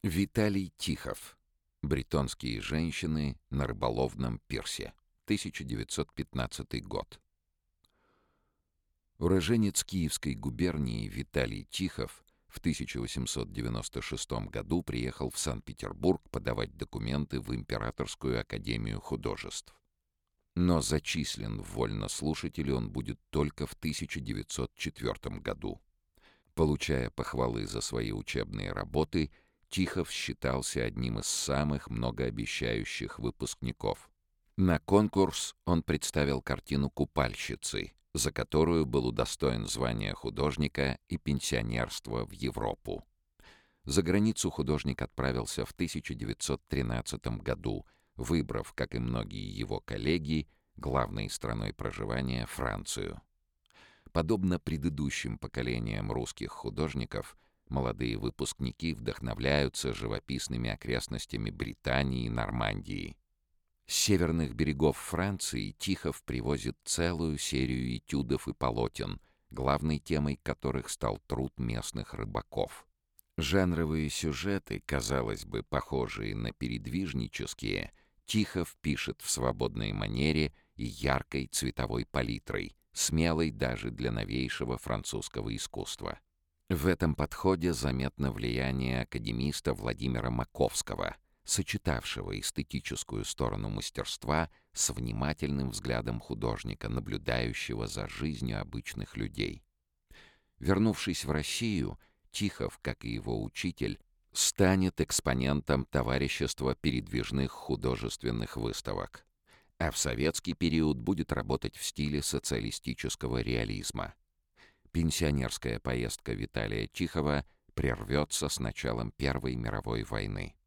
Виталий Тихов. Бретонские женщины на рыболовном пирсе. 1915 год. Уроженец Киевской губернии Виталий Тихов в 1896 году приехал в Санкт-Петербург подавать документы в Императорскую академию художеств. Но зачислен в вольнослушатели он будет только в 1904 году. Получая похвалы за свои учебные работы, Тихов считался одним из самых многообещающих выпускников. На конкурс он представил картину «Купальщицы», за которую был удостоен звания художника и пенсионерства в Европу. За границу художник отправился в 1913 году, выбрав, как и многие его коллеги, главной страной проживания Францию. Подобно предыдущим поколениям русских художников, молодые выпускники вдохновляются живописными окрестностями Британии и Нормандии. С северных берегов Франции Тихов привозит целую серию этюдов и полотен, главной темой которых стал труд местных рыбаков. Жанровые сюжеты, казалось бы, похожие на передвижнические, Тихов пишет в свободной манере и яркой цветовой палитрой, смелой даже для новейшего французского искусства. В этом подходе заметно влияние академиста Владимира Маковского, сочетавшего эстетическую сторону мастерства с внимательным взглядом художника, наблюдающего за жизнью обычных людей. Вернувшись в Россию, Тихов, как и его учитель, станет экспонентом товарищества передвижных художественных выставок, а в советский период будет работать в стиле социалистического реализма. Пенсионерская поездка Виталия Тихова прервется с началом Первой мировой войны.